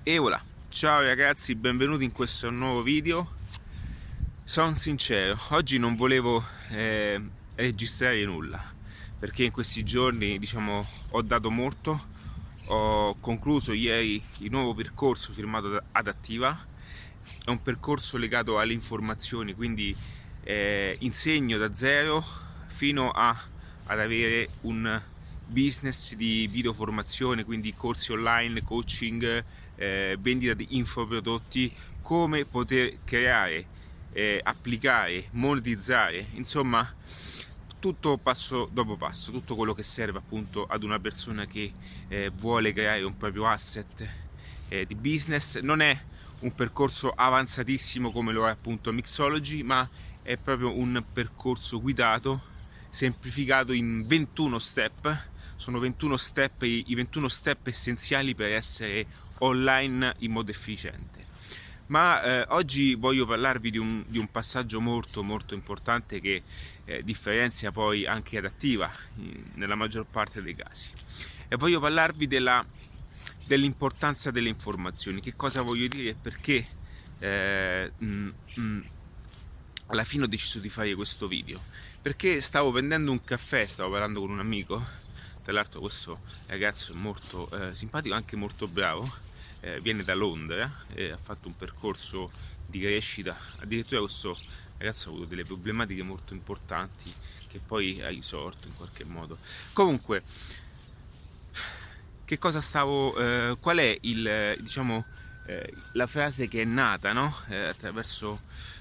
E voilà, ciao ragazzi, benvenuti in questo nuovo video. Sono sincero, oggi non volevo registrare nulla perché in questi giorni ho dato molto. Ho concluso ieri il nuovo percorso firmato da Adattiva. È un percorso legato alle informazioni, quindi insegno da zero fino ad avere un business di videoformazione, quindi corsi online, coaching, vendita di infoprodotti, come poter creare, applicare, monetizzare, insomma tutto passo dopo passo, tutto quello che serve appunto ad una persona che vuole creare un proprio asset di business. Non è un percorso avanzatissimo come lo è appunto Mixology, ma è proprio un percorso guidato, semplificato in 21 step. Sono 21 step, i 21 step essenziali per essere online in modo efficiente. Ma oggi voglio parlarvi di un passaggio molto importante che differenzia poi anche Adattiva nella maggior parte dei casi, e voglio parlarvi dell'importanza delle informazioni. Che cosa voglio dire e perché alla fine ho deciso di fare questo video. Perché stavo prendendo un caffè, stavo parlando con un amico. Tra l'altro questo ragazzo è molto simpatico, anche molto bravo, viene da Londra e ha fatto un percorso di crescita. Addirittura questo ragazzo ha avuto delle problematiche molto importanti che poi ha risolto in qualche modo. Comunque, che cosa qual è la frase che è nata, no? Attraverso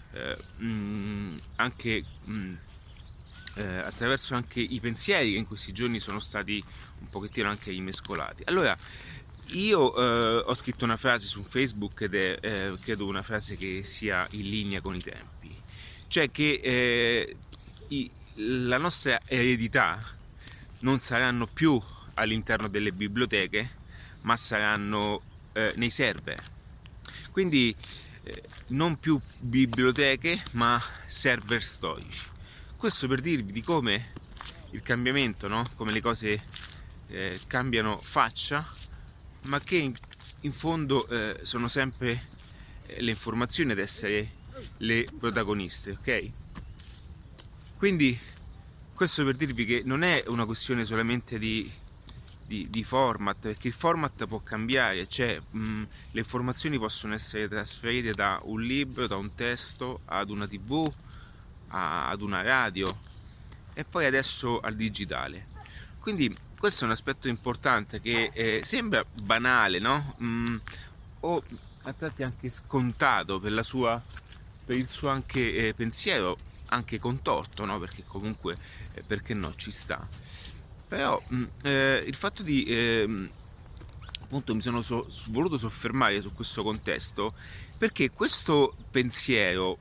anche i pensieri che in questi giorni sono stati un pochettino anche rimescolati. Allora, io ho scritto una frase su Facebook ed è credo una frase che sia in linea con i tempi, cioè che la nostra eredità non saranno più all'interno delle biblioteche, ma saranno nei server. Quindi non più biblioteche, ma server storici. Questo per dirvi di come il cambiamento, no? Come le cose cambiano faccia, ma che in fondo sono sempre le informazioni ad essere le protagoniste, ok? Quindi questo per dirvi che non è una questione solamente di format, perché il format può cambiare, cioè le informazioni possono essere trasferite da un libro, da un testo, ad una TV, ad una radio e poi adesso al digitale. Quindi questo è un aspetto importante che sembra banale, no? O a tratti anche scontato per il suo anche pensiero, anche contorto, no? Perché comunque perché no, ci sta. Però il fatto di appunto mi sono voluto soffermare su questo contesto perché questo pensiero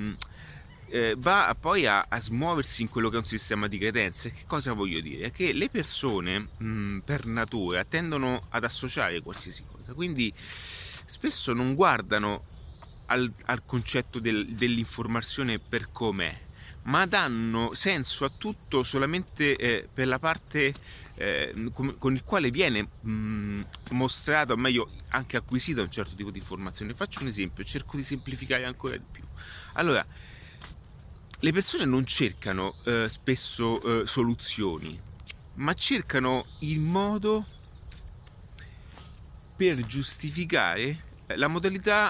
va poi a smuoversi in quello che è un sistema di credenze. Che cosa voglio dire? Che le persone per natura tendono ad associare qualsiasi cosa, quindi spesso non guardano al concetto dell'informazione per com'è, ma danno senso a tutto solamente per la parte con il quale viene mostrato, o meglio anche acquisito un certo tipo di informazione. Faccio un esempio, cerco di semplificare ancora di più. Allora, le persone non cercano spesso soluzioni, ma cercano il modo per giustificare la modalità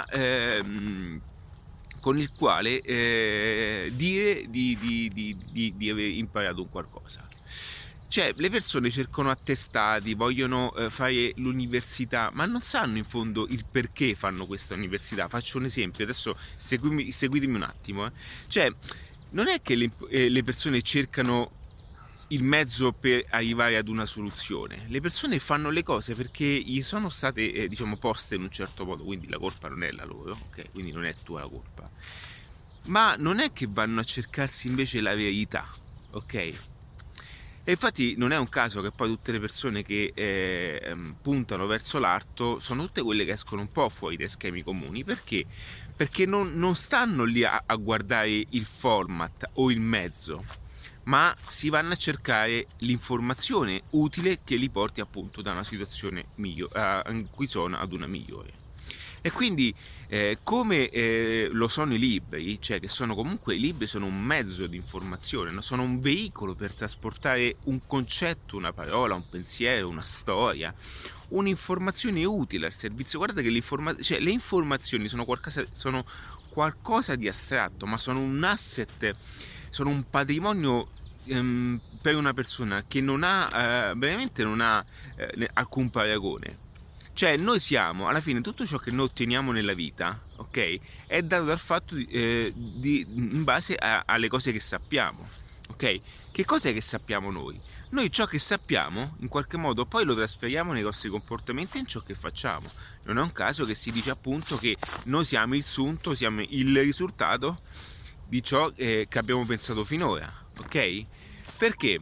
con il quale dire di aver imparato un qualcosa. Cioè, le persone cercano attestati, vogliono fare l'università, ma non sanno in fondo il perché fanno questa università. Faccio un esempio, adesso seguitemi un attimo. Cioè, non è che le persone cercano il mezzo per arrivare ad una soluzione. Le persone fanno le cose perché gli sono state poste in un certo modo, quindi la colpa non è la loro, ok? Quindi non è tua la colpa, ma non è che vanno a cercarsi invece la verità, ok? E infatti non è un caso che poi tutte le persone che puntano verso l'arto sono tutte quelle che escono un po' fuori dai schemi comuni. Perché? Perché non stanno lì a guardare il format o il mezzo, ma si vanno a cercare l'informazione utile che li porti appunto da una situazione in cui sono ad una migliore. E quindi come lo sono i libri, cioè che sono comunque i libri sono un mezzo di informazione, no? Sono un veicolo per trasportare un concetto, una parola, un pensiero, una storia, un'informazione utile al servizio. Guardate che le informazioni sono qualcosa di astratto, ma sono un asset, sono un patrimonio per una persona che non ha veramente non ha alcun paragone. Cioè noi siamo, alla fine, tutto ciò che noi otteniamo nella vita, ok, è dato dal fatto in base alle cose che sappiamo, ok? Che cos'è che sappiamo noi? Noi ciò che sappiamo, in qualche modo, poi lo trasferiamo nei nostri comportamenti e in ciò che facciamo. Non è un caso che si dice appunto che noi siamo il sunto, siamo il risultato di ciò che abbiamo pensato finora, ok? Perché?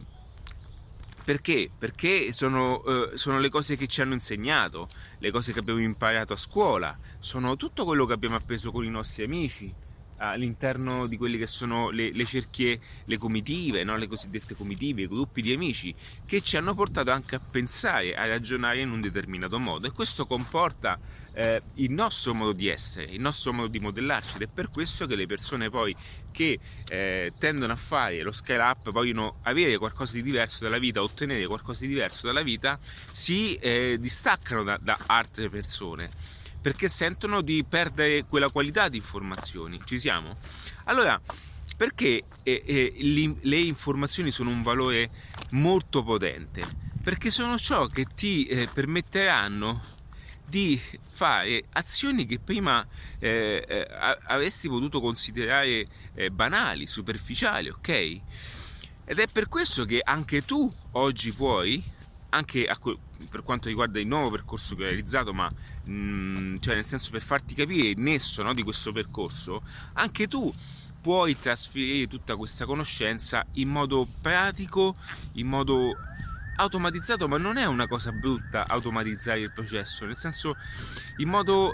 Perché sono le cose che ci hanno insegnato, le cose che abbiamo imparato a scuola, sono tutto quello che abbiamo appreso con i nostri amici, all'interno di quelle che sono le cerchie, le comitive, no? Le cosiddette comitive, i gruppi di amici, che ci hanno portato anche a pensare, a ragionare in un determinato modo, e questo comporta il nostro modo di essere, il nostro modo di modellarci, ed è per questo che le persone poi che tendono a fare lo scale up, vogliono avere qualcosa di diverso dalla vita, ottenere qualcosa di diverso dalla vita, si distaccano da altre persone, perché sentono di perdere quella qualità di informazioni. Ci siamo? Allora, perché le informazioni sono un valore molto potente? Perché sono ciò che ti permetteranno di fare azioni che prima avresti potuto considerare banali, superficiali, ok? Ed è per questo che anche tu oggi puoi, anche per quanto riguarda il nuovo percorso che ho realizzato, ma cioè nel senso, per farti capire il nesso, no, di questo percorso, anche tu puoi trasferire tutta questa conoscenza in modo pratico, in modo automatizzato. Ma non è una cosa brutta automatizzare il processo, nel senso, in modo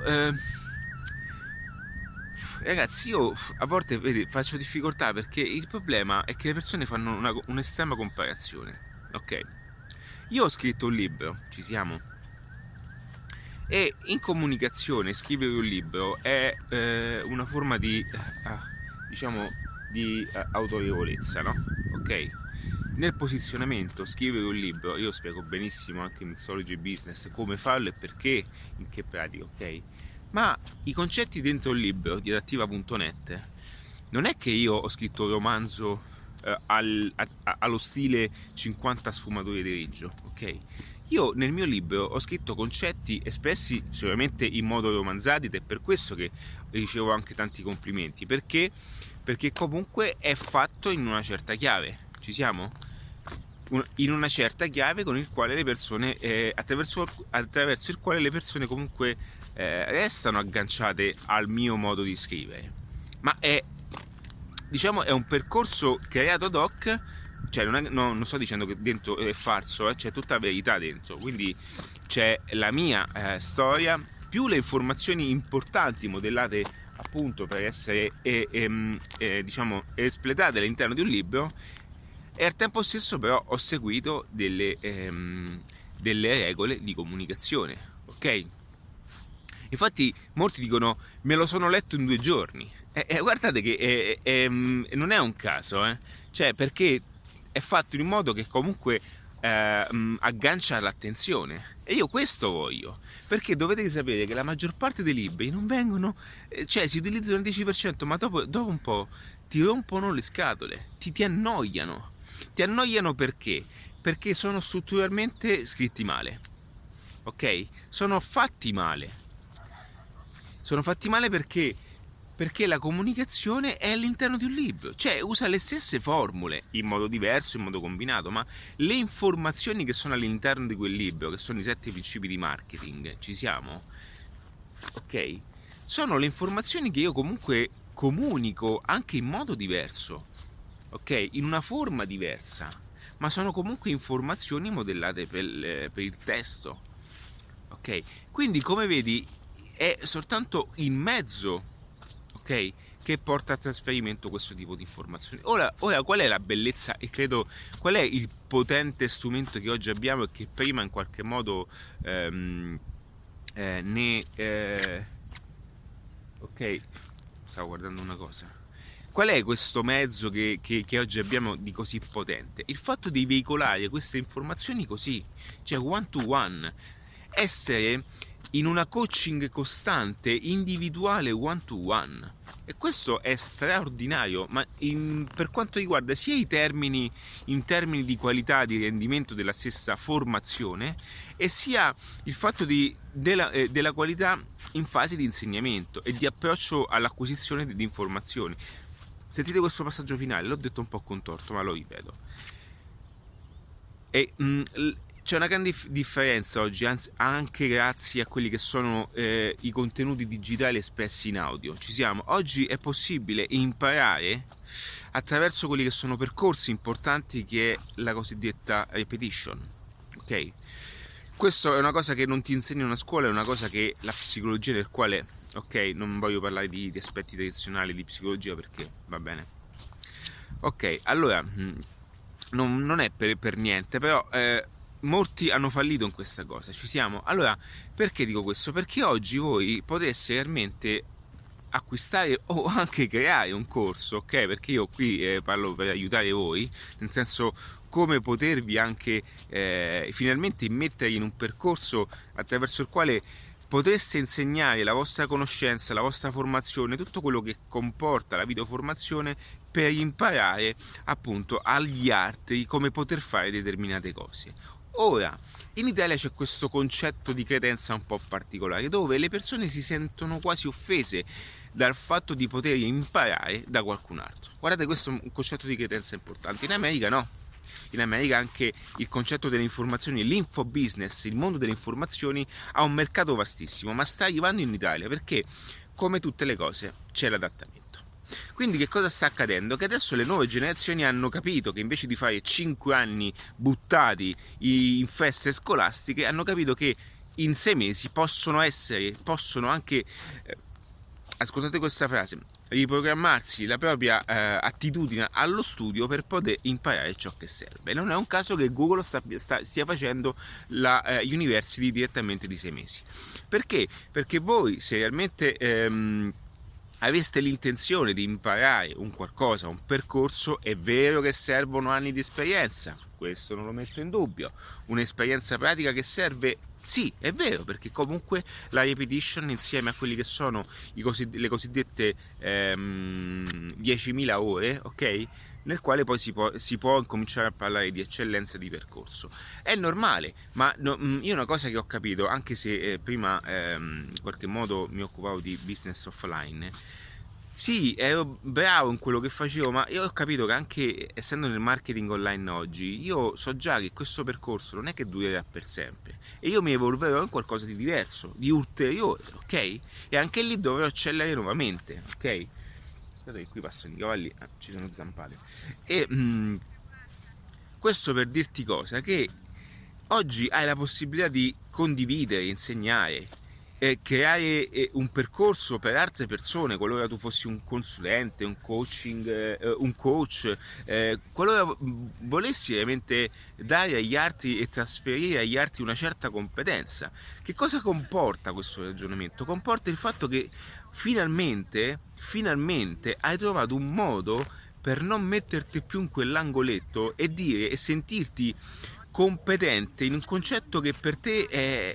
ragazzi, io a volte faccio difficoltà, perché il problema è che le persone fanno un'estrema comparazione, ok? Io ho scritto un libro, ci siamo? E in comunicazione scrivere un libro è una forma di diciamo di autorevolezza, no? Ok? Nel posizionamento, scrivere un libro, io spiego benissimo anche in Mixology Business come farlo e perché, in che pratica, ok? Ma i concetti dentro il libro di adattiva.net, non è che io ho scritto un romanzo allo stile 50 sfumature di Reggio, ok? Io nel mio libro ho scritto concetti espressi sicuramente in modo romanzato, ed è per questo che ricevo anche tanti complimenti, perché comunque è fatto in una certa chiave, ci siamo? In una certa chiave con il quale le persone attraverso il quale le persone comunque restano agganciate al mio modo di scrivere. Ma è un percorso creato ad hoc, cioè non sto dicendo che dentro è falso, c'è tutta la verità dentro, quindi c'è la mia storia più le informazioni importanti modellate appunto per essere espletate all'interno di un libro, e al tempo stesso però ho seguito delle regole di comunicazione, ok? Infatti molti dicono me lo sono letto in 2 giorni, guardate che non è un caso, cioè, perché è fatto in modo che comunque aggancia l'attenzione, e io questo voglio, perché dovete sapere che la maggior parte dei libri non vengono, cioè si utilizzano il 10%, ma dopo un po' ti rompono le scatole, ti annoiano perché? Perché sono strutturalmente scritti male, ok? Sono fatti male perché la comunicazione è all'interno di un libro, cioè usa le stesse formule in modo diverso, in modo combinato, ma le informazioni che sono all'interno di quel libro, che sono i 7 principi di marketing, ci siamo? Ok? Sono le informazioni che io comunque comunico anche in modo diverso, ok? In una forma diversa, ma sono comunque informazioni modellate per il testo, ok? Quindi, come vedi, è soltanto il mezzo, ok, che porta a trasferimento questo tipo di informazioni. Ora qual è la bellezza, e credo qual è il potente strumento che oggi abbiamo, e che prima in qualche modo ok? Stavo guardando una cosa. Qual è questo mezzo che oggi abbiamo di così potente? Il fatto di veicolare queste informazioni così, cioè one to one, essere in una coaching costante, individuale, one to one. E questo è straordinario, ma per quanto riguarda sia in termini di qualità, di rendimento della stessa formazione, e sia il fatto della qualità in fase di insegnamento e di approccio all'acquisizione di informazioni. Sentite questo passaggio finale, l'ho detto un po' contorto, ma lo ripeto. C'è una grande differenza oggi, anche grazie a quelli che sono i contenuti digitali espressi in audio. Ci siamo. Oggi è possibile imparare attraverso quelli che sono percorsi importanti, che è la cosiddetta repetition. Ok? Questo è una cosa che non ti insegna una scuola, è una cosa che la psicologia del quale, ok, non voglio parlare di aspetti tradizionali di psicologia perché va bene. Ok, allora, non è per niente, però molti hanno fallito in questa cosa, ci siamo. Allora, perché dico questo? Perché oggi voi potreste realmente acquistare o anche creare un corso, ok? Perché io qui parlo per aiutare voi, nel senso come potervi anche finalmente immettere in un percorso attraverso il quale potreste insegnare la vostra conoscenza, la vostra formazione, tutto quello che comporta la videoformazione, per imparare appunto agli altri come poter fare determinate cose. Ora, in Italia c'è questo concetto di credenza un po' particolare, dove le persone si sentono quasi offese dal fatto di poter imparare da qualcun altro. Guardate, questo è un concetto di credenza importante. In America no. In America anche il concetto delle informazioni, l'infobusiness, il mondo delle informazioni ha un mercato vastissimo, ma sta arrivando in Italia perché, come tutte le cose, c'è l'adattamento. Quindi che cosa sta accadendo? Che adesso le nuove generazioni hanno capito che invece di fare 5 anni buttati in feste scolastiche, hanno capito che in 6 mesi possono anche, ascoltate questa frase, riprogrammarsi la propria attitudine allo studio per poter imparare ciò che serve. Non è un caso che Google stia facendo la University direttamente di 6 mesi. Perché? Perché voi, se realmente aveste l'intenzione di imparare un qualcosa, un percorso, è vero che servono anni di esperienza, questo non lo metto in dubbio. Un'esperienza pratica che serve? Sì, è vero, perché comunque la repetition, insieme a quelli che sono le cosiddette 10.000 ore, ok? Nel quale poi si può incominciare a parlare di eccellenza di percorso. È normale, ma io una cosa che ho capito, anche se prima in qualche modo mi occupavo di business offline, sì, ero bravo in quello che facevo, ma io ho capito che anche essendo nel marketing online oggi, io so già che questo percorso non è che durerà per sempre e io mi evolverò in qualcosa di diverso, di ulteriore, ok? E anche lì dovrò accelerare nuovamente, ok? Guardate che qui passano i cavalli, ci sono zampate. E questo per dirti cosa? Che oggi hai la possibilità di condividere, insegnare, creare un percorso per altre persone, qualora tu fossi un consulente, un coach, qualora volessi veramente dare agli altri e trasferire agli altri una certa competenza. Che cosa comporta questo ragionamento? Comporta il fatto che finalmente hai trovato un modo per non metterti più in quell'angoletto e dire e sentirti competente in un concetto che per te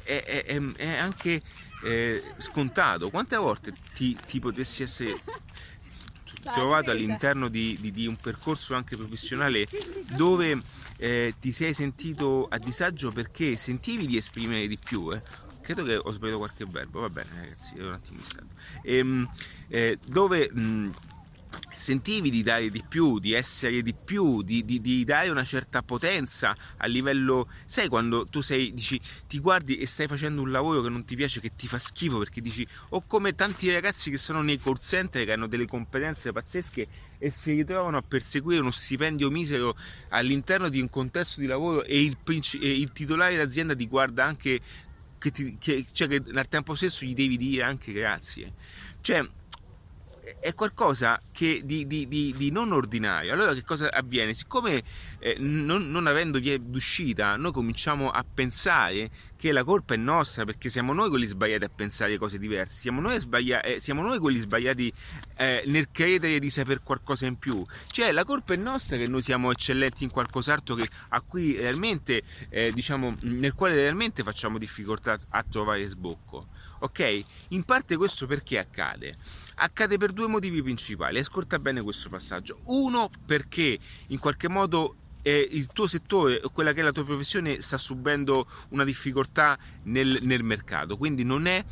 è anche scontato. Quante volte ti potessi essere trovato all'interno di un percorso anche professionale dove ti sei sentito a disagio perché sentivi di esprimere di più? Credo che ho sbagliato qualche verbo, va bene ragazzi, è un attimo distante. Dove sentivi di dare di più, di essere di più, di dare una certa potenza a livello, sai, quando tu dici, ti guardi e stai facendo un lavoro che non ti piace, che ti fa schifo, perché dici, o come tanti ragazzi che sono nei call center, che hanno delle competenze pazzesche e si ritrovano a perseguire uno stipendio misero all'interno di un contesto di lavoro e il titolare d'azienda ti guarda anche che al tempo stesso gli devi dire anche grazie. Cioè, è qualcosa che di non ordinario. Allora che cosa avviene? Siccome non avendo vie d'uscita, noi cominciamo a pensare che la colpa è nostra, perché siamo noi quelli sbagliati a pensare cose diverse, siamo noi quelli sbagliati nel credere di sapere qualcosa in più. Cioè la colpa è nostra che noi siamo eccellenti in qualcos'altro a cui realmente nel quale realmente facciamo difficoltà a trovare sbocco. Ok? In parte questo perché accade? Accade per due motivi principali. Ascolta bene questo passaggio. Uno, perché in qualche modo il tuo settore o quella che è la tua professione sta subendo una difficoltà nel mercato, quindi non è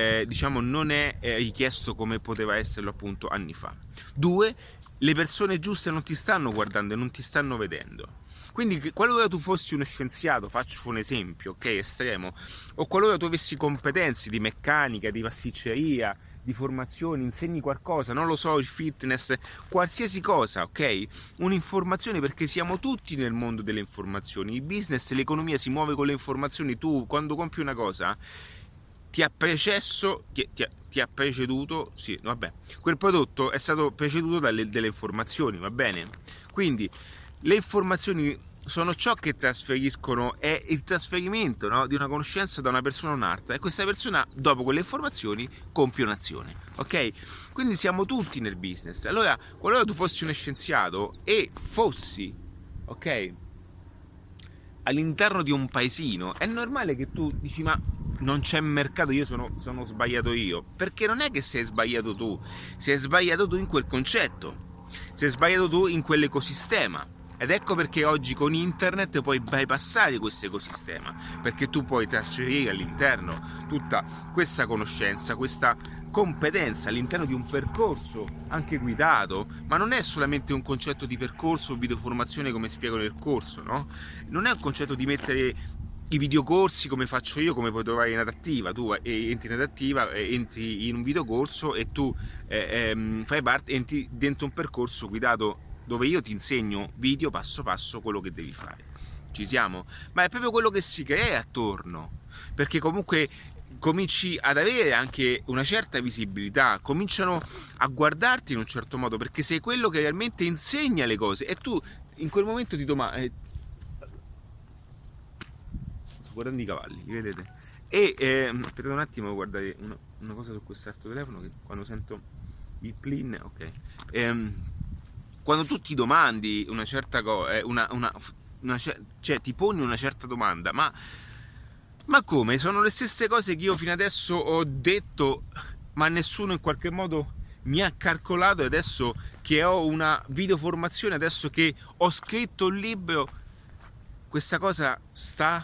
richiesto come poteva esserlo appunto anni fa. Due, le persone giuste non ti stanno guardando e non ti stanno vedendo. Quindi qualora tu fossi uno scienziato, faccio un esempio, ok, estremo, o qualora tu avessi competenze di meccanica, di pasticceria, di formazione, insegni qualcosa, non lo so, il fitness, qualsiasi cosa, ok? Un'informazione, perché siamo tutti nel mondo delle informazioni, il business, l'economia si muove con le informazioni. Tu quando compri una cosa ti ha preceduto, sì, vabbè, quel prodotto è stato preceduto delle informazioni, va bene? Quindi le informazioni sono ciò che trasferiscono, è il trasferimento, no, di una conoscenza da una persona a un'altra, e questa persona dopo quelle informazioni compie un'azione, ok? Quindi siamo tutti nel business. Allora, qualora tu fossi uno scienziato e fossi, ok, all'interno di un paesino, è normale che tu dici: ma non c'è mercato, io sono sbagliato io. Perché non è che sei sbagliato tu, sei sbagliato tu in quel concetto, sei sbagliato tu in quell'ecosistema. Ed ecco perché oggi con internet puoi bypassare questo ecosistema, perché tu puoi trasferire all'interno tutta questa conoscenza, questa competenza all'interno di un percorso anche guidato, ma non è solamente un concetto di percorso o videoformazione come spiego nel corso, no? Non è un concetto di mettere i videocorsi come faccio io, come puoi trovare in adattiva. Tu entri in adattiva, entri in un videocorso e tu fai parte, entri dentro un percorso guidato dove io ti insegno video passo passo quello che devi fare. Ci siamo? Ma è proprio quello che si crea attorno, perché comunque cominci ad avere anche una certa visibilità, cominciano a guardarti in un certo modo, perché sei quello che realmente insegna le cose, e tu in quel momento ti domandi, sto guardando i cavalli, li vedete? E aspettate un attimo, devo guardare una cosa su quest'altro telefono, che quando sento il plin, ok, quando tu ti domandi una certa cosa, cioè ti poni una certa domanda, ma come? Sono le stesse cose che io fino adesso ho detto, ma nessuno in qualche modo mi ha calcolato, e adesso che ho una videoformazione, adesso che ho scritto un libro, questa cosa sta,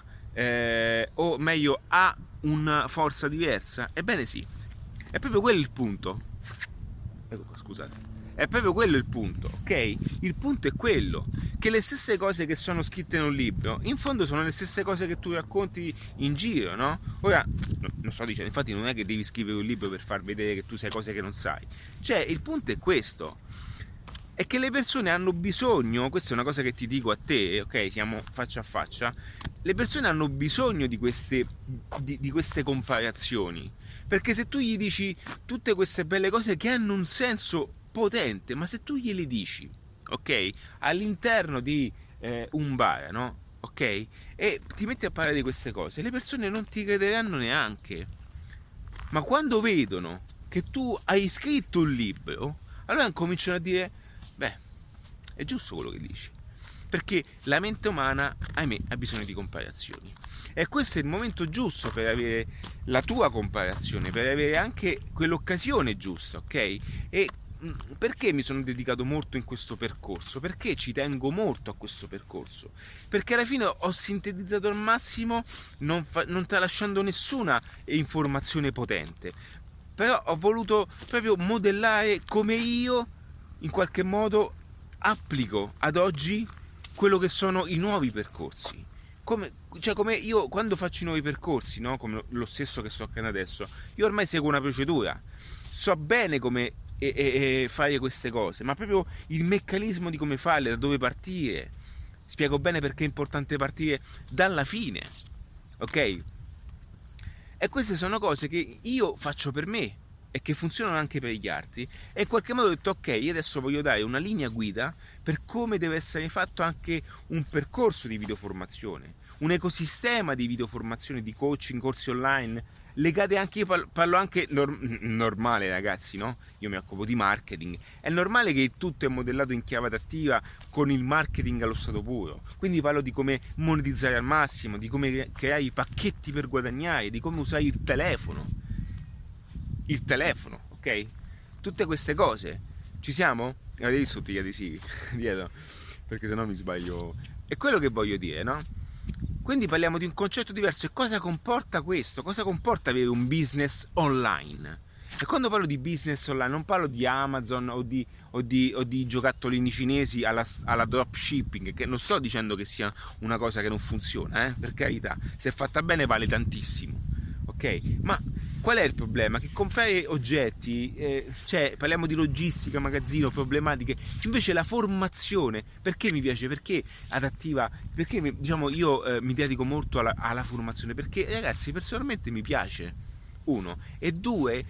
o meglio, ha una forza diversa? Ebbene sì, è proprio quello il punto. Ecco qua, scusate. È proprio quello il punto, ok? Il punto è quello, che le stesse cose che sono scritte in un libro, in fondo sono le stesse cose che tu racconti in giro, no? Ora, non sto dicendo, infatti non è che devi scrivere un libro per far vedere che tu sai cose che non sai. Cioè, il punto è questo, è che le persone hanno bisogno, questa è una cosa che ti dico a te, ok? Siamo faccia a faccia, le persone hanno bisogno di queste comparazioni, perché se tu gli dici tutte queste belle cose che hanno un senso potente, ma se tu glieli dici, ok, all'interno di un bar, no? Ok? E ti metti a parlare di queste cose, le persone non ti crederanno neanche. Ma quando vedono che tu hai scritto un libro, allora cominciano a dire: beh, è giusto quello che dici. Perché la mente umana, ahimè, ha bisogno di comparazioni. E questo è il momento giusto per avere la tua comparazione, per avere anche quell'occasione giusta, ok? E perché mi sono dedicato molto in questo percorso? Perché ci tengo molto a questo percorso? Perché alla fine ho sintetizzato al massimo, non tralasciando nessuna informazione potente, però ho voluto proprio modellare come io in qualche modo applico ad oggi quello che sono i nuovi percorsi. Come io quando faccio i nuovi percorsi, no? Come lo stesso che sto accadendo adesso, io ormai seguo una procedura, so bene come e fare queste cose, ma proprio il meccanismo di come farle, da dove partire. Spiego bene perché è importante partire dalla fine, ok? E queste sono cose che io faccio per me, e che funzionano anche per gli altri, e in qualche modo ho detto ok, io adesso voglio dare una linea guida per come deve essere fatto anche un percorso di videoformazione, un ecosistema di videoformazione, di coaching, corsi online legate anche, io parlo anche normale, ragazzi, no? Io mi occupo di marketing, è normale che tutto è modellato in chiave adattiva con il marketing allo stato puro, quindi parlo di come monetizzare al massimo, di come creare i pacchetti per guadagnare, di come usare il telefono, ok? Tutte queste cose, ci siamo? Avete visto tutti gli adesivi dietro? Perché sennò mi sbaglio. È quello che voglio dire, no? Quindi parliamo di un concetto diverso. E cosa comporta questo? Cosa comporta avere un business online? E quando parlo di business online non parlo di Amazon o di giocattolini cinesi alla dropshipping, che non sto dicendo che sia una cosa che non funziona, per carità, se è fatta bene vale tantissimo, ok? Ma qual è il problema? Che comprare oggetti, parliamo di logistica, magazzino, problematiche, invece la formazione, perché mi piace? Perché adattiva? Perché io mi dedico molto alla formazione? Perché ragazzi, personalmente mi piace, uno, e due,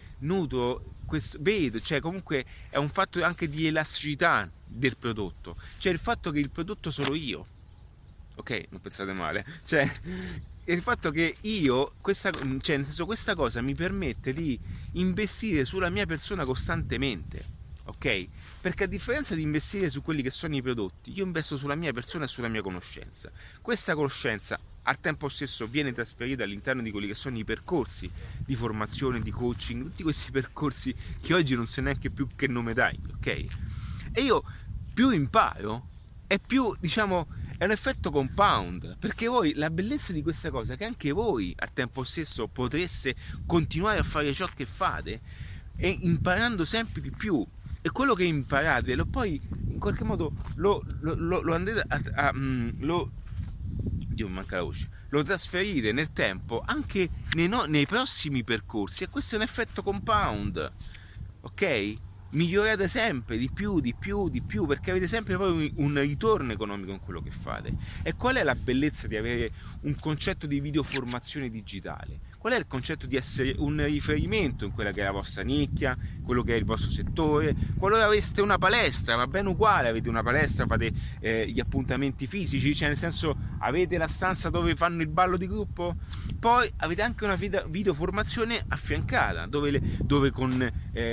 vedo, comunque è un fatto anche di elasticità del prodotto, il fatto che il prodotto sono io, ok? Non pensate male, il fatto che io, questa cosa mi permette di investire sulla mia persona costantemente, ok? Perché a differenza di investire su quelli che sono i prodotti, io investo sulla mia persona e sulla mia conoscenza. Questa conoscenza al tempo stesso viene trasferita all'interno di quelli che sono i percorsi di formazione, di coaching, tutti questi percorsi che oggi non so neanche più che nome dai, ok? E io più imparo e più, è un effetto compound, perché voi, la bellezza di questa cosa è che anche voi al tempo stesso potreste continuare a fare ciò che fate e imparando sempre di più, e quello che imparate lo poi in qualche modo lo andate Dio, mi manca la voce, lo trasferite nel tempo anche nei prossimi percorsi, e questo è un effetto compound, ok? Migliorate sempre di più, perché avete sempre poi un ritorno economico in quello che fate. E qual è la bellezza di avere un concetto di videoformazione digitale? Qual è il concetto di essere un riferimento in quella che è la vostra nicchia, quello che è il vostro settore? Qualora aveste una palestra, va bene uguale, avete una palestra, fate gli appuntamenti fisici, nel senso, avete la stanza dove fanno il ballo di gruppo, poi avete anche una videoformazione affiancata, dove con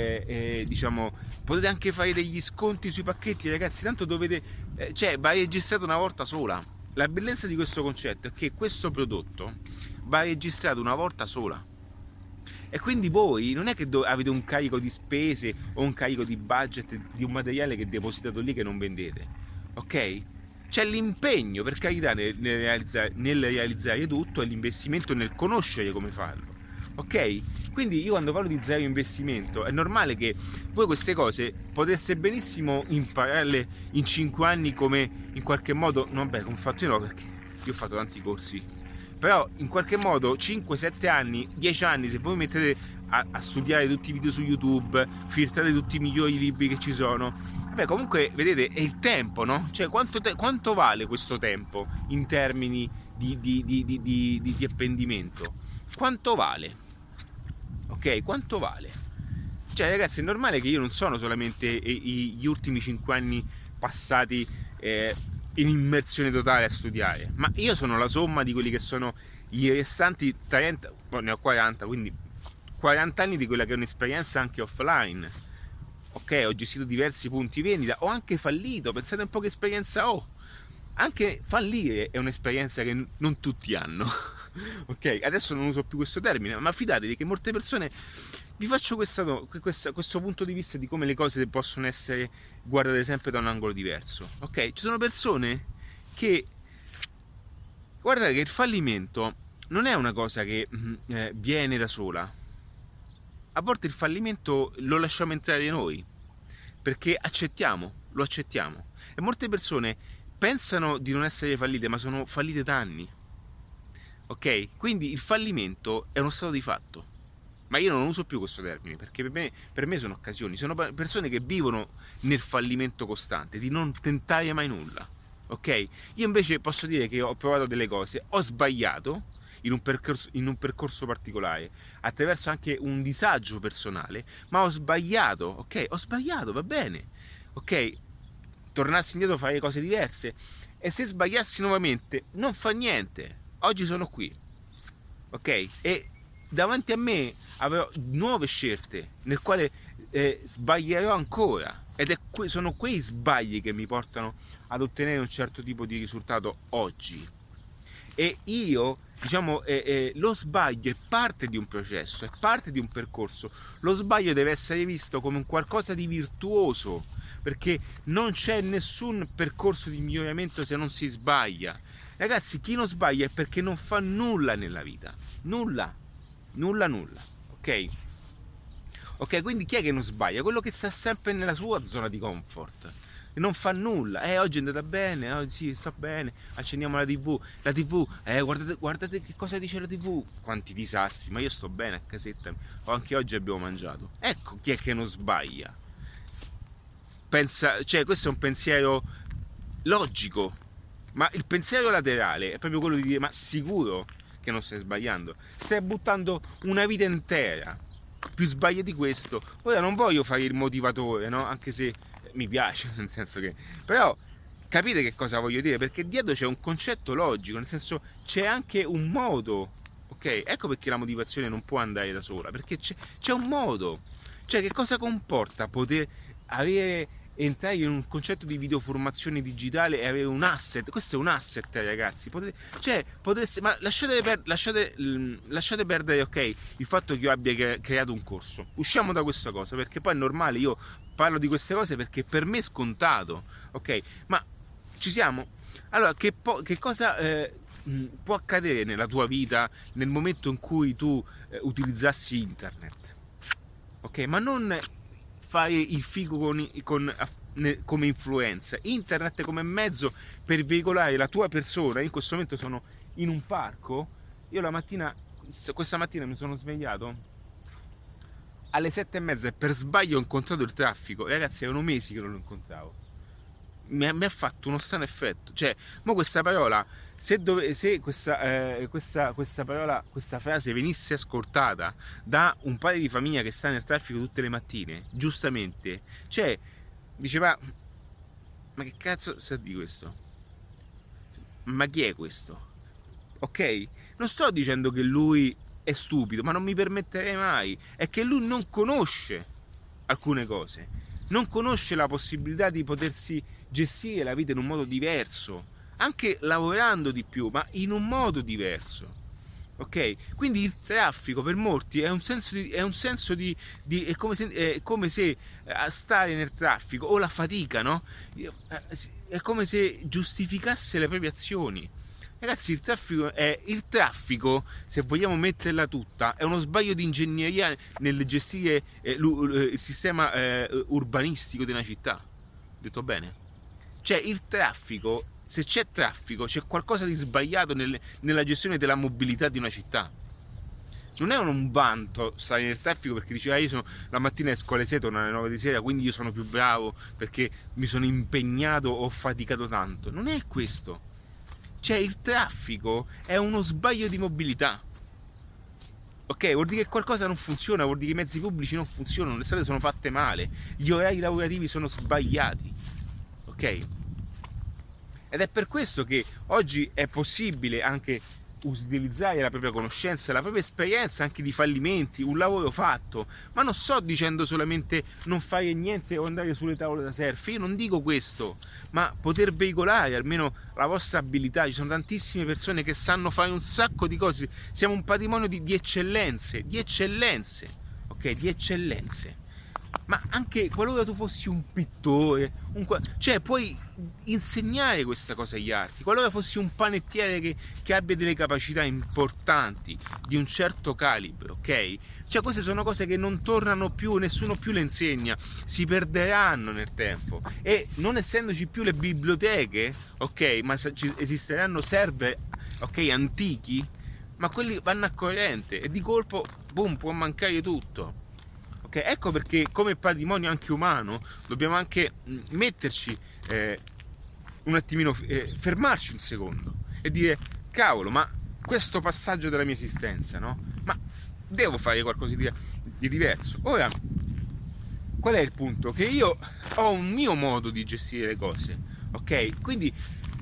potete anche fare degli sconti sui pacchetti, ragazzi, tanto va registrato una volta sola. La bellezza di questo concetto è che questo prodotto va registrato una volta sola, e quindi voi non è che avete un carico di spese o un carico di budget di un materiale che è depositato lì che non vendete, ok? C'è l'impegno, per carità, nel realizzare tutto, e l'investimento nel conoscere come farlo, ok? Quindi io quando parlo di zero investimento è normale che voi queste cose potreste benissimo impararle in 5 anni, come in qualche modo, come fatto io, no, perché io ho fatto tanti corsi, però in qualche modo 5, 7 anni, 10 anni, se voi mettete a studiare tutti i video su YouTube, filtrate tutti i migliori libri che ci sono, comunque vedete è il tempo, no? Quanto vale questo tempo in termini di apprendimento? Quanto vale? Ok, quanto vale? Ragazzi, è normale che io non sono solamente gli ultimi 5 anni passati in immersione totale a studiare, ma io sono la somma di quelli che sono i restanti 30, ne ho 40, quindi 40 anni di quella che è un'esperienza anche offline, ok? Ho gestito diversi punti vendita, ho anche fallito, pensate un po' che esperienza ho. Anche fallire è un'esperienza che non tutti hanno, ok? Adesso non uso più questo termine, ma fidatevi che molte persone, vi faccio questo punto di vista di come le cose possono essere guardate sempre da un angolo diverso, ok? Ci sono persone che, guardate che il fallimento non è una cosa che viene da sola. A volte il fallimento lo lasciamo entrare noi, perché lo accettiamo, e molte persone pensano di non essere fallite, ma sono fallite da anni, ok? Quindi il fallimento è uno stato di fatto, ma io non uso più questo termine, perché per me sono occasioni, sono persone che vivono nel fallimento costante, di non tentare mai nulla, ok? Io invece posso dire che ho provato delle cose, ho sbagliato, in un percorso particolare, attraverso anche un disagio personale, ma ho sbagliato, ok? Ho sbagliato, va bene, ok? Tornassi indietro, fare cose diverse, e se sbagliassi nuovamente non fa niente, oggi sono qui, ok? E davanti a me avrò nuove scelte nel quale sbaglierò ancora, ed sono quei sbagli che mi portano ad ottenere un certo tipo di risultato oggi. E io, diciamo, lo sbaglio è parte di un processo, è parte di un percorso. Lo sbaglio deve essere visto come un qualcosa di virtuoso, perché non c'è nessun percorso di miglioramento se non si sbaglia. Ragazzi, chi non sbaglia è perché non fa nulla nella vita, nulla, ok? Ok, quindi chi è che non sbaglia? Quello che sta sempre nella sua zona di comfort, e non fa nulla. Oggi è andata bene, oggi sì, sta bene, accendiamo la TV, guardate che cosa dice la TV, quanti disastri, ma io sto bene a casetta, anche oggi abbiamo mangiato. Ecco chi è che non sbaglia. Cioè, questo è un pensiero logico, ma il pensiero laterale è proprio quello di dire: ma sicuro che non stai sbagliando? Stai buttando una vita intera, più sbagli di questo. Ora non voglio fare il motivatore, no? Anche se mi piace, nel senso che, però capite che cosa voglio dire? Perché dietro c'è un concetto logico, nel senso c'è anche un modo, ok? Ecco perché la motivazione non può andare da sola, perché c'è un modo. Cioè, che cosa comporta poter entrare in un concetto di videoformazione digitale e avere un asset? Questo è un asset, ragazzi. Ma lasciate perdere, ok, il fatto che io abbia creato un corso. Usciamo da questa cosa, perché poi è normale, io parlo di queste cose perché per me è scontato, ok? Ma ci siamo? Allora, che cosa può accadere nella tua vita nel momento in cui tu utilizzassi internet? Ok, ma non fare il figo come influenza. Internet come mezzo per veicolare la tua persona. In questo momento sono in un parco. Io questa mattina mi sono svegliato alle 7:30 e per sbaglio ho incontrato il traffico. Ragazzi, erano mesi che non lo incontravo. Mi ha fatto uno strano effetto. Cioè, mo questa parola, se questa parola, questa frase venisse ascoltata da un padre di famiglia che sta nel traffico tutte le mattine, giustamente, cioè, diceva: ma che cazzo sa di questo? Ma chi è questo? Ok? Non sto dicendo che lui è stupido, ma non mi permetterei mai. È che lui non conosce alcune cose, non conosce la possibilità di potersi gestire la vita in un modo diverso, anche lavorando di più, ma in un modo diverso. Ok? Quindi il traffico per molti è come se stare nel traffico, o la fatica, no? È come se giustificasse le proprie azioni. Ragazzi, il traffico, se vogliamo metterla tutta, è uno sbaglio di ingegneria nel gestire il sistema urbanistico di una città. Detto bene? Cioè, il traffico, se c'è traffico, c'è qualcosa di sbagliato nella gestione della mobilità di una città. Non è un vanto stare nel traffico perché dici: io la mattina esco alle 6, torno alle 9 di sera, quindi io sono più bravo perché mi sono impegnato, ho faticato tanto. Non è questo. Cioè, il traffico è uno sbaglio di mobilità. Ok, vuol dire che qualcosa non funziona, vuol dire che i mezzi pubblici non funzionano, le strade sono fatte male, gli orari lavorativi sono sbagliati. Ok? Ed è per questo che oggi è possibile anche utilizzare la propria conoscenza, la propria esperienza anche di fallimenti, un lavoro fatto. Ma non sto dicendo solamente non fare niente o andare sulle tavole da surf, io non dico questo, ma poter veicolare almeno la vostra abilità. Ci sono tantissime persone che sanno fare un sacco di cose, siamo un patrimonio di eccellenze, ok, di eccellenze. Ma anche qualora tu fossi un pittore, cioè puoi insegnare questa cosa agli altri. Qualora fossi un panettiere che abbia delle capacità importanti di un certo calibro, ok? Cioè, queste sono cose che non tornano più, nessuno più le insegna, si perderanno nel tempo. E non essendoci più le biblioteche, ok, ma esisteranno server, ok, antichi, ma quelli vanno a corrente e di colpo, boom, può mancare tutto. Ecco perché come patrimonio anche umano dobbiamo anche metterci un attimino, fermarci un secondo e dire: cavolo, ma questo passaggio della mia esistenza, no? Ma devo fare qualcosa di diverso. Ora, qual è il punto? Che io ho un mio modo di gestire le cose, ok? Quindi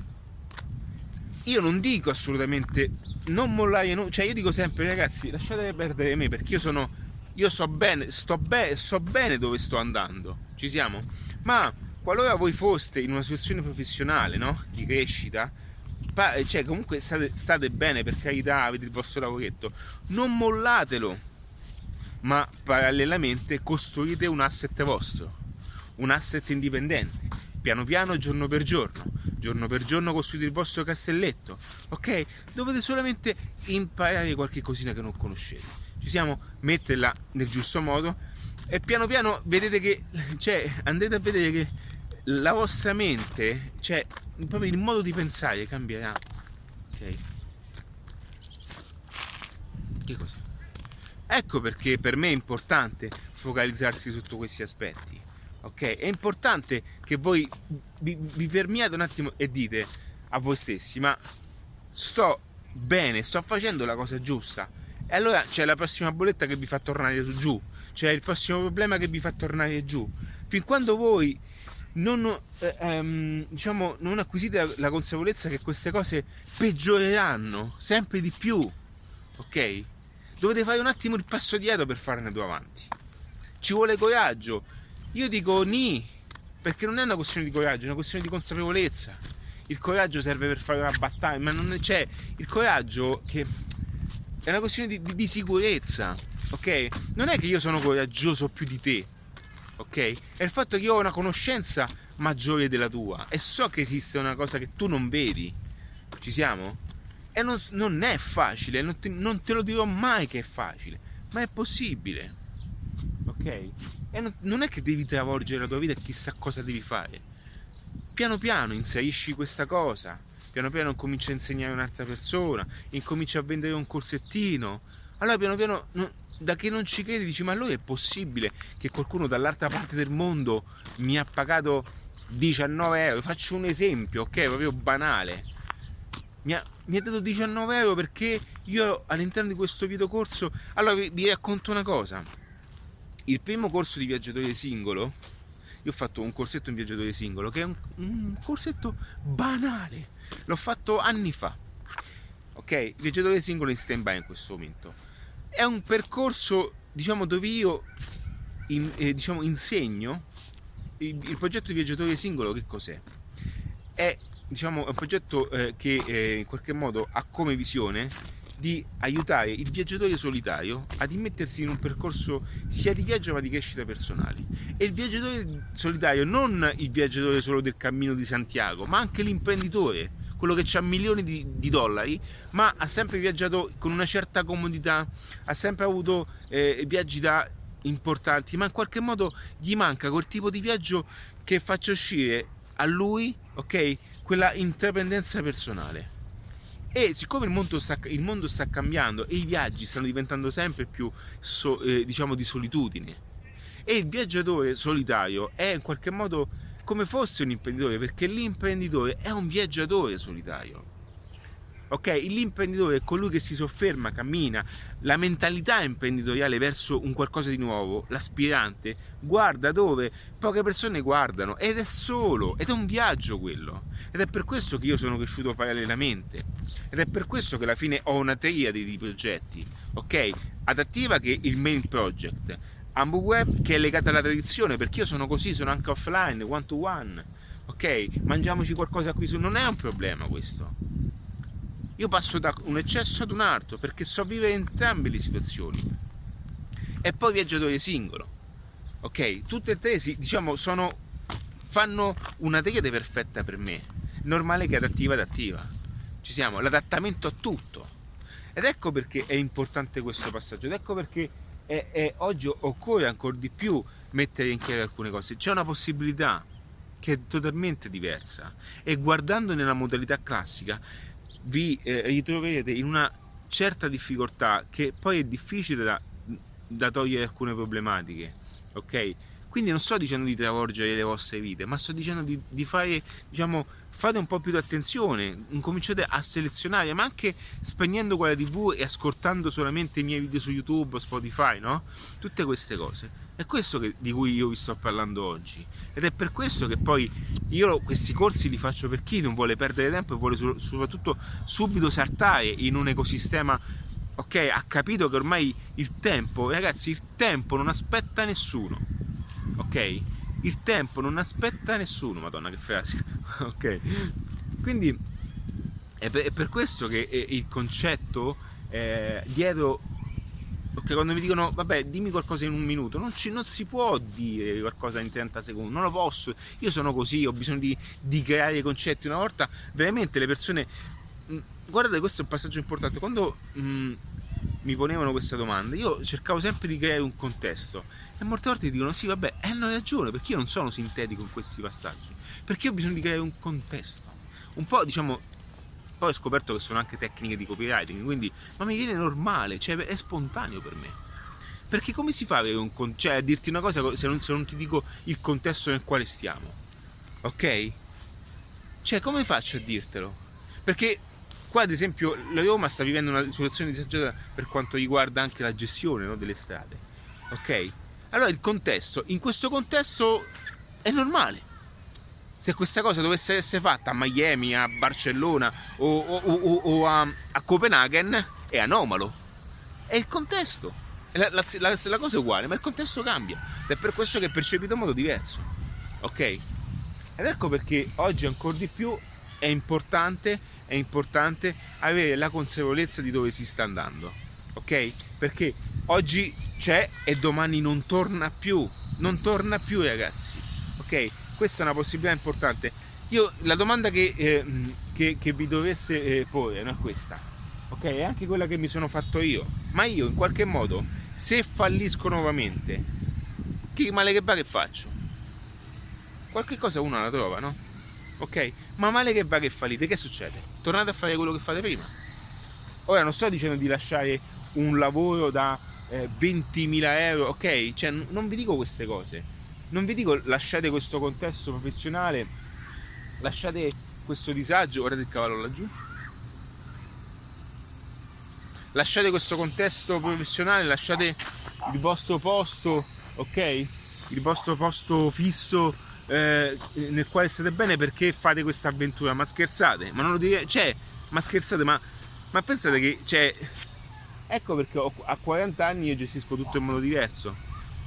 io non dico assolutamente non mollare, cioè io dico sempre, ragazzi, lasciate perdere me, perché io so bene, so bene dove sto andando, ci siamo? Ma qualora voi foste in una situazione professionale, no? Di crescita, cioè comunque state bene, per carità, avete il vostro lavoretto, non mollatelo, ma parallelamente costruite un asset vostro, un asset indipendente, piano piano, giorno per giorno costruite il vostro castelletto, ok? Dovete solamente imparare qualche cosina che non conoscete, ci siamo, metterla nel giusto modo e piano piano vedete che, cioè, andrete a vedere che la vostra mente, cioè proprio il modo di pensare cambierà, ok? Che cos'è? Ecco perché per me è importante focalizzarsi su tutti questi aspetti, ok? È importante che voi vi fermiate un attimo e dite a voi stessi, ma sto bene, sto facendo la cosa giusta? E allora c'è la prossima bolletta che vi fa tornare giù, c'è il prossimo problema che vi fa tornare giù. Fin quando voi non acquisite la consapevolezza che queste cose peggioreranno sempre di più, ok? Dovete fare un attimo il passo dietro per farne due avanti. Ci vuole coraggio. Io dico ni, perché non è una questione di coraggio, è una questione di consapevolezza. Il coraggio serve per fare una battaglia, ma non c'è il coraggio, che è una questione di sicurezza, ok? Non è che io sono coraggioso più di te, ok? È il fatto che io ho una conoscenza maggiore della tua e so che esiste una cosa che tu non vedi. Ci siamo? E non è facile, non te lo dirò mai che è facile, ma è possibile, ok? E non è che devi travolgere la tua vita e chissà cosa devi fare. Piano piano inserisci questa cosa, piano piano cominci a insegnare a un'altra persona, incominci a vendere un corsettino, allora piano piano, da che non ci credi, dici, ma allora è possibile che qualcuno dall'altra parte del mondo mi ha pagato 19 euro? Faccio un esempio, ok? Proprio banale. Mi ha dato 19 euro perché io all'interno di questo videocorso, allora vi racconto una cosa. Il primo corso di viaggiatore singolo, io ho fatto un corsetto in viaggiatore singolo, che è un corsetto banale, l'ho fatto anni fa, ok? Viaggiatore singolo in stand by in questo momento è un percorso, diciamo, dove io insegno il progetto di viaggiatore singolo. Che cos'è? È un progetto che in qualche modo ha come visione di aiutare il viaggiatore solitario ad immettersi in un percorso sia di viaggio ma di crescita personale. E il viaggiatore solitario, non il viaggiatore solo del Cammino di Santiago, ma anche l'imprenditore, quello che ha milioni di dollari ma ha sempre viaggiato con una certa comodità, ha sempre avuto viaggi importanti, ma in qualche modo gli manca quel tipo di viaggio che faccia uscire a lui, ok, quella intraprendenza personale. E siccome il mondo sta cambiando e i viaggi stanno diventando sempre più di solitudine, e il viaggiatore solitario è in qualche modo come fosse un imprenditore, perché l'imprenditore è un viaggiatore solitario, ok? L'imprenditore è colui che si sofferma, cammina, la mentalità imprenditoriale verso un qualcosa di nuovo, l'aspirante guarda dove poche persone guardano, ed è un viaggio quello, ed è per questo che io sono cresciuto parallelamente, ed è per questo che alla fine ho una triade di progetti, ok? Adattiva, che è il main project, AmbuWeb, che è legata alla tradizione, perché io sono così, sono anche offline, one to one, ok? Mangiamoci qualcosa qui su, non è un problema questo. Io passo da un eccesso ad un altro perché so vivere entrambe le situazioni. E poi viaggiatore singolo, ok? Tutte e tre fanno una triade perfetta per me. Normale che adattiva. Ci siamo, l'adattamento a tutto. Ed ecco perché è importante questo passaggio, ed ecco perché oggi occorre ancora di più mettere in chiaro alcune cose. C'è una possibilità che è totalmente diversa, e guardando nella modalità classica vi ritroverete in una certa difficoltà, che poi è difficile da togliere alcune problematiche, ok? Quindi non sto dicendo di travolgere le vostre vite, ma sto dicendo di fare, diciamo, fate un po' più di attenzione, incominciate a selezionare, ma anche spegnendo quella TV e ascoltando solamente i miei video su YouTube, Spotify, no? Tutte queste cose. È questo di cui io vi sto parlando oggi. Ed è per questo che poi io questi corsi li faccio per chi non vuole perdere tempo e vuole soprattutto subito saltare in un ecosistema. Ok, ha capito che ormai il tempo, ragazzi, il tempo non aspetta nessuno. Ok? Il tempo non aspetta nessuno, madonna che frase. Ok? Quindi è per questo che il concetto dietro. Ok, quando mi dicono vabbè dimmi qualcosa in un minuto, non si può dire qualcosa in 30 secondi, non lo posso, io sono così, ho bisogno di creare concetti. Una volta veramente le persone, guardate, questo è un passaggio importante, quando mi ponevano questa domanda io cercavo sempre di creare un contesto e molte volte dicono sì vabbè, hanno ragione, perché io non sono sintetico in questi passaggi, perché ho bisogno di creare un contesto un po', diciamo. Poi ho scoperto che sono anche tecniche di copywriting, quindi ma mi viene normale, cioè è spontaneo per me. Perché come si fa a dirti una cosa se non ti dico il contesto nel quale stiamo? Ok? Cioè come faccio a dirtelo? Perché qua ad esempio la Roma sta vivendo una situazione disagiata per quanto riguarda anche la gestione, no, delle strade. Ok? Allora il contesto, in questo contesto è normale. Se questa cosa dovesse essere fatta a Miami, a Barcellona o a Copenaghen, è anomalo. È il contesto. La cosa è uguale, ma il contesto cambia. Ed è per questo che è percepito in modo diverso. Ok? Ed ecco perché oggi ancora di più è importante avere la consapevolezza di dove si sta andando. Ok? Perché oggi c'è e domani non torna più. Non torna più, ragazzi. Ok? Questa è una possibilità importante. Io la domanda che vi dovesse porre, no, è questa, ok? È anche quella che mi sono fatto io. Ma io in qualche modo, se fallisco nuovamente, che male che va che faccio? Qualche cosa uno la trova, no? Ok? Ma male che va che fallite, che succede? Tornate a fare quello che fate prima. Ora non sto dicendo di lasciare un lavoro da 20.000 euro, ok? Cioè non vi dico queste cose. Non vi dico lasciate questo contesto professionale, lasciate questo disagio, guardate il cavallo laggiù, lasciate questo contesto professionale, lasciate il vostro posto, ok? Il vostro posto fisso nel quale state bene perché fate questa avventura. Ma scherzate? Ma non lo dire, cioè, ma scherzate, ma pensate che, cioè, ecco perché a 40 anni io gestisco tutto in modo diverso.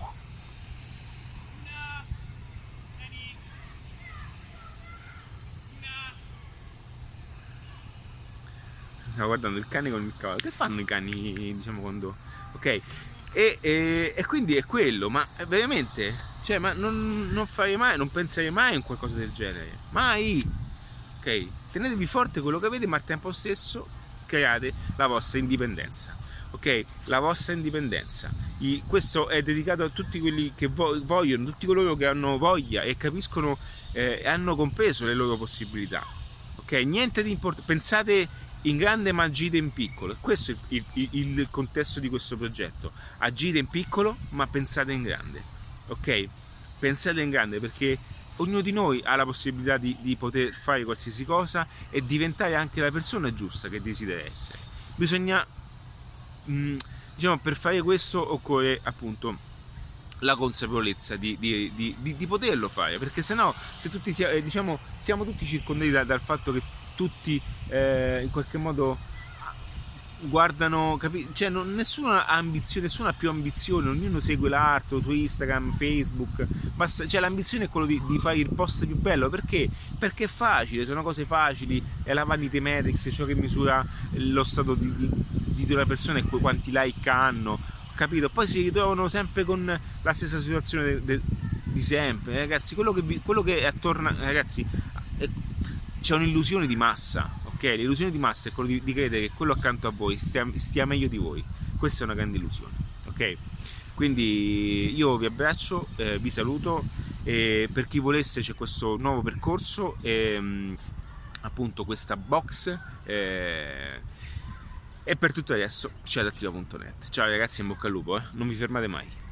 Stavo guardando il cane con il cavallo. Che fanno i cani, diciamo, quando. Ok? E quindi è quello, ma veramente. Cioè, ma non farei mai, non penserei mai a un qualcosa del genere. Mai! Ok? Tenetevi forte quello che avete, ma al tempo stesso create la vostra indipendenza. Ok? La vostra indipendenza. Questo è dedicato a tutti quelli che vogliono, tutti coloro che hanno voglia e capiscono e hanno compreso le loro possibilità. Ok? Niente di importante. Pensate in grande ma agite in piccolo. Questo è il contesto di questo progetto. Agite in piccolo ma pensate in grande. Ok? Pensate in grande perché ognuno di noi ha la possibilità di poter fare qualsiasi cosa e diventare anche la persona giusta che desidera essere. Bisogna, diciamo, per fare questo occorre appunto la consapevolezza di poterlo fare, perché sennò se tutti diciamo, siamo tutti circondati dal fatto che tutti in qualche modo guardano, cioè nessuno ha ambizione, nessuno ha più ambizione, ognuno segue l'arte su Instagram, Facebook, basta, cioè l'ambizione è quello di fare il post più bello. Perché è facile, sono cose facili, è la Vanity Metrics, ciò che misura lo stato di una persona e quanti like hanno, capito? Poi si ritrovano sempre con la stessa situazione di sempre, ragazzi. Quello che è attorno, ragazzi, c'è un'illusione di massa. Ok, l'illusione di massa è quello di credere che quello accanto a voi stia meglio di voi. Questa è una grande illusione, ok? Quindi io vi abbraccio, vi saluto, e per chi volesse c'è questo nuovo percorso, appunto questa box, e per tutto adesso c'è adattiva.net. Ciao ragazzi, in bocca al lupo, non vi fermate mai.